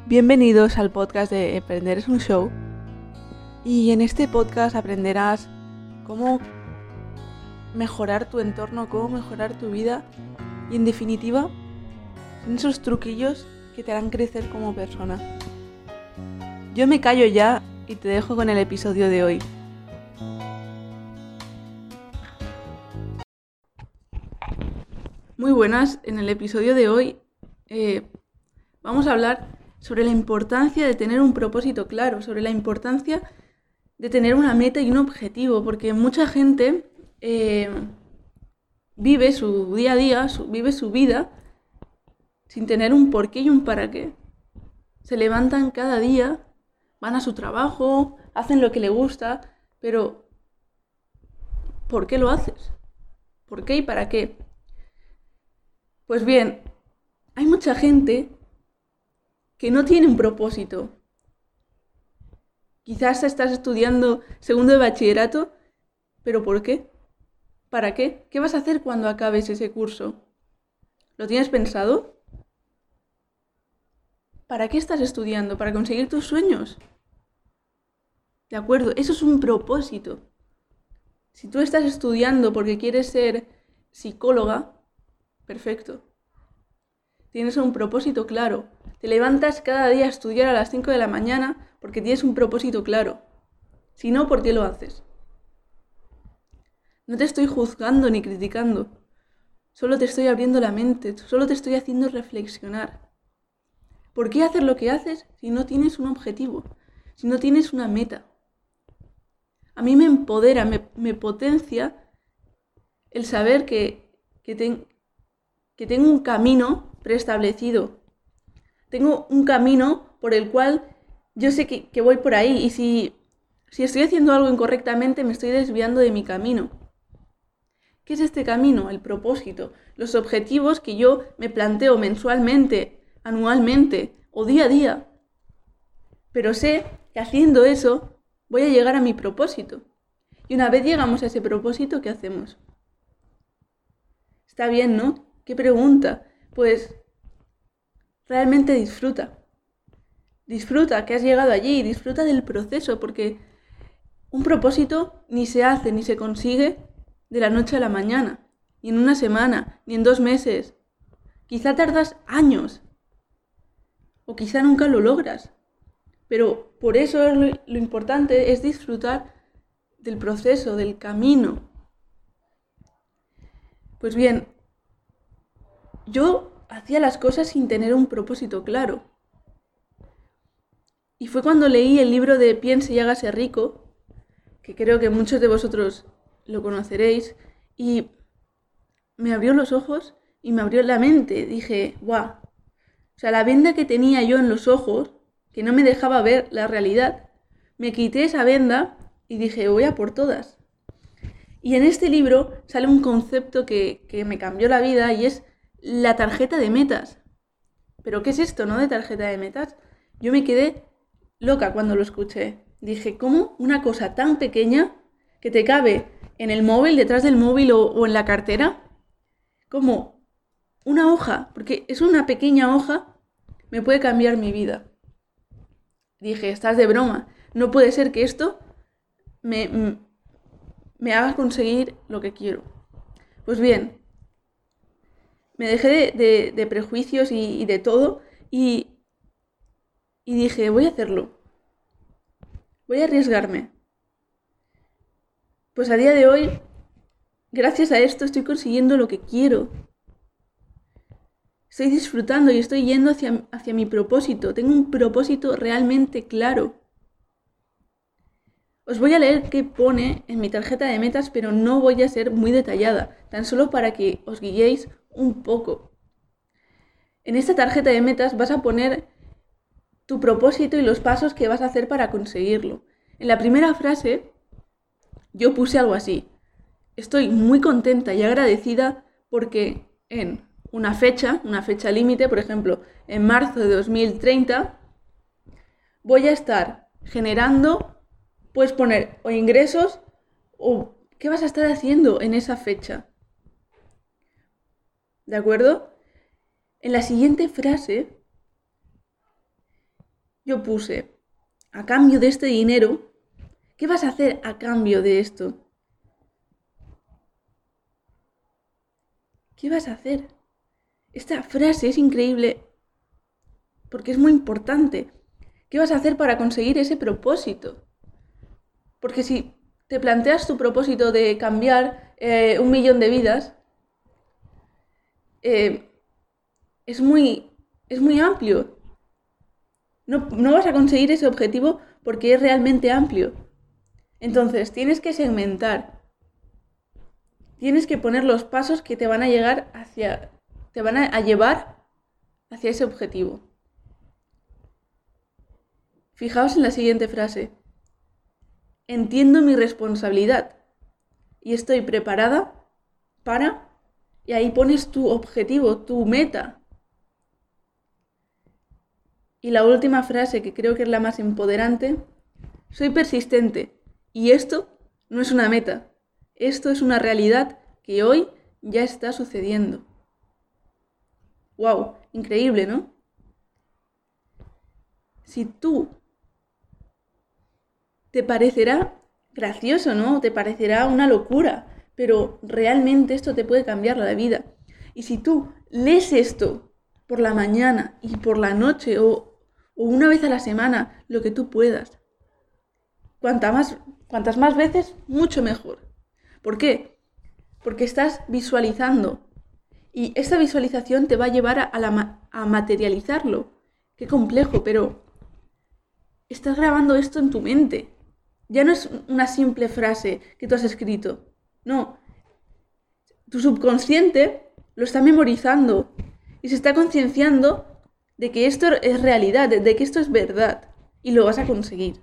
Bienvenidos al podcast de Emprender es un show. Y en este podcast aprenderás cómo mejorar tu entorno, cómo mejorar tu vida. Y en definitiva, son esos truquillos que te harán crecer como persona. Yo me callo ya y te dejo con el episodio de hoy. Muy buenas, en el episodio de hoy vamos a hablar sobre la importancia de tener un propósito claro, sobre la importancia de tener una meta y un objetivo, porque mucha gente vive su día a día, vive su vida sin tener un porqué y un para qué. Se levantan cada día, van a su trabajo, hacen lo que les gusta, pero ¿por qué lo haces? ¿Por qué y para qué? Pues bien, hay mucha gente que no tiene un propósito. Quizás estás estudiando segundo de bachillerato, pero ¿por qué? ¿Para qué? ¿Qué vas a hacer cuando acabes ese curso? ¿Lo tienes pensado? ¿Para qué estás estudiando? ¿Para conseguir tus sueños? De acuerdo, eso es un propósito. Si tú estás estudiando porque quieres ser psicóloga, perfecto. Tienes un propósito claro. Te levantas cada día a estudiar a las 5 de la mañana porque tienes un propósito claro. Si no, ¿por qué lo haces? No te estoy juzgando ni criticando. Solo te estoy abriendo la mente, solo te estoy haciendo reflexionar. ¿Por qué hacer lo que haces si no tienes un objetivo? Si no tienes una meta. A mí me empodera, me potencia el saber que tengo un camino preestablecido. Tengo un camino por el cual yo sé que voy por ahí y si estoy haciendo algo incorrectamente me estoy desviando de mi camino. ¿Qué es este camino? El propósito, los objetivos que yo me planteo mensualmente, anualmente o día a día. Pero sé que haciendo eso voy a llegar a mi propósito. Y una vez llegamos a ese propósito, ¿qué hacemos? Está bien, ¿no? ¿Qué pregunta? Pues realmente disfruta. Disfruta que has llegado allí, disfruta del proceso, porque un propósito ni se hace ni se consigue de la noche a la mañana, ni en una semana, ni en 2 meses. Quizá tardas años, o quizá nunca lo logras. Pero por eso lo importante es disfrutar del proceso, del camino. Pues bien, yo hacía las cosas sin tener un propósito claro. Y fue cuando leí el libro de Piense y hágase rico, que creo que muchos de vosotros lo conoceréis, y me abrió los ojos y me abrió la mente. Dije, ¡guau! O sea, la venda que tenía yo en los ojos, que no me dejaba ver la realidad, me quité esa venda y dije, voy a por todas. Y en este libro sale un concepto que me cambió la vida y es la tarjeta de metas. ¿Pero qué es esto, no? De tarjeta de metas. Yo me quedé loca cuando lo escuché. Dije, ¿cómo una cosa tan pequeña que te cabe en el móvil, detrás del móvil o en la cartera? Como una hoja, porque es una pequeña hoja, me puede cambiar mi vida. Dije, estás de broma. No puede ser que esto me haga conseguir lo que quiero. Pues bien, me dejé de prejuicios y de todo y dije, voy a hacerlo. Voy a arriesgarme. Pues a día de hoy, gracias a esto, estoy consiguiendo lo que quiero. Estoy disfrutando y estoy yendo hacia mi propósito. Tengo un propósito realmente claro. Os voy a leer qué pone en mi tarjeta de metas, pero no voy a ser muy detallada, tan solo para que os guiéis un poco. En esta tarjeta de metas vas a poner tu propósito y los pasos que vas a hacer para conseguirlo. En la primera frase yo puse algo así. Estoy muy contenta y agradecida porque en una fecha límite, por ejemplo, en marzo de 2030, voy a estar generando, puedes poner o ingresos o qué vas a estar haciendo en esa fecha. ¿De acuerdo? En la siguiente frase yo puse, a cambio de este dinero, ¿qué vas a hacer a cambio de esto? ¿Qué vas a hacer? Esta frase es increíble porque es muy importante. ¿Qué vas a hacer para conseguir ese propósito? Porque si te planteas tu propósito de cambiar 1.000.000 de vidas, es muy amplio. No vas a conseguir ese objetivo porque es realmente amplio. Entonces, tienes que segmentar. Tienes que poner los pasos que te van a llevar hacia ese objetivo. Fijaos en la siguiente frase. Entiendo mi responsabilidad y estoy preparada para... Y ahí pones tu objetivo, tu meta. Y la última frase, que creo que es la más empoderante. Soy persistente y esto no es una meta. Esto es una realidad que hoy ya está sucediendo. ¡Wow! Increíble, ¿no? Si tú te parecerá gracioso, ¿no? Te parecerá una locura, pero realmente esto te puede cambiar la vida. Y si tú lees esto por la mañana y por la noche o una vez a la semana, lo que tú puedas, cuantas más veces, mucho mejor. ¿Por qué? Porque estás visualizando y esta visualización te va a llevar a materializarlo. Qué complejo, pero estás grabando esto en tu mente. Ya no es una simple frase que tú has escrito. No. Tu subconsciente lo está memorizando y se está concienciando de que esto es realidad, de que esto es verdad. Y lo vas a conseguir.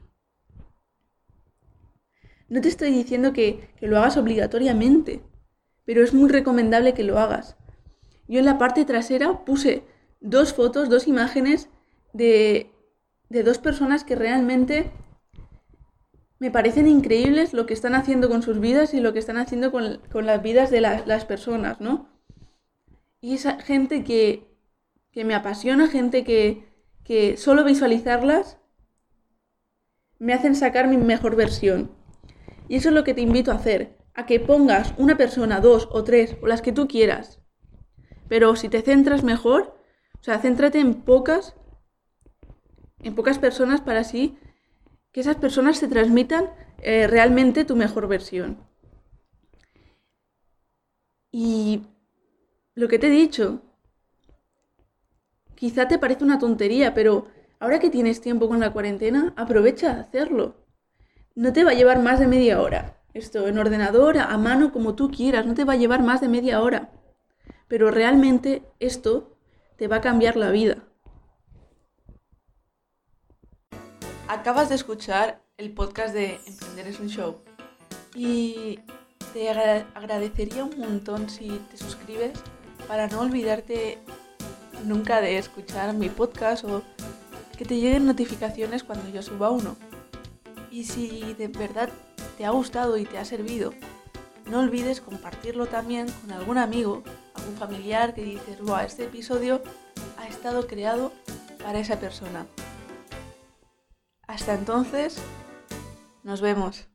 No te estoy diciendo que lo hagas obligatoriamente, pero es muy recomendable que lo hagas. Yo en la parte trasera puse 2 fotos, 2 imágenes de 2 personas que realmente me parecen increíbles lo que están haciendo con sus vidas y lo que están haciendo con las vidas de las personas, ¿no? Y esa gente que me apasiona, gente que solo visualizarlas me hacen sacar mi mejor versión. Y eso es lo que te invito a hacer, a que pongas una persona, 2 o 3, o las que tú quieras. Pero si te centras mejor, o sea, céntrate en pocas personas para así que esas personas te transmitan realmente tu mejor versión. Y lo que te he dicho, quizá te parece una tontería, pero ahora que tienes tiempo con la cuarentena, aprovecha de hacerlo. No te va a llevar más de media hora. Esto en ordenador, a mano, como tú quieras, no te va a llevar más de media hora. Pero realmente esto te va a cambiar la vida. Acabas de escuchar el podcast de Emprender es un show y te agradecería un montón si te suscribes para no olvidarte nunca de escuchar mi podcast o que te lleguen notificaciones cuando yo suba uno. Y si de verdad te ha gustado y te ha servido, no olvides compartirlo también con algún amigo, algún familiar que dices, wow, este episodio ha estado creado para esa persona. Hasta entonces, nos vemos.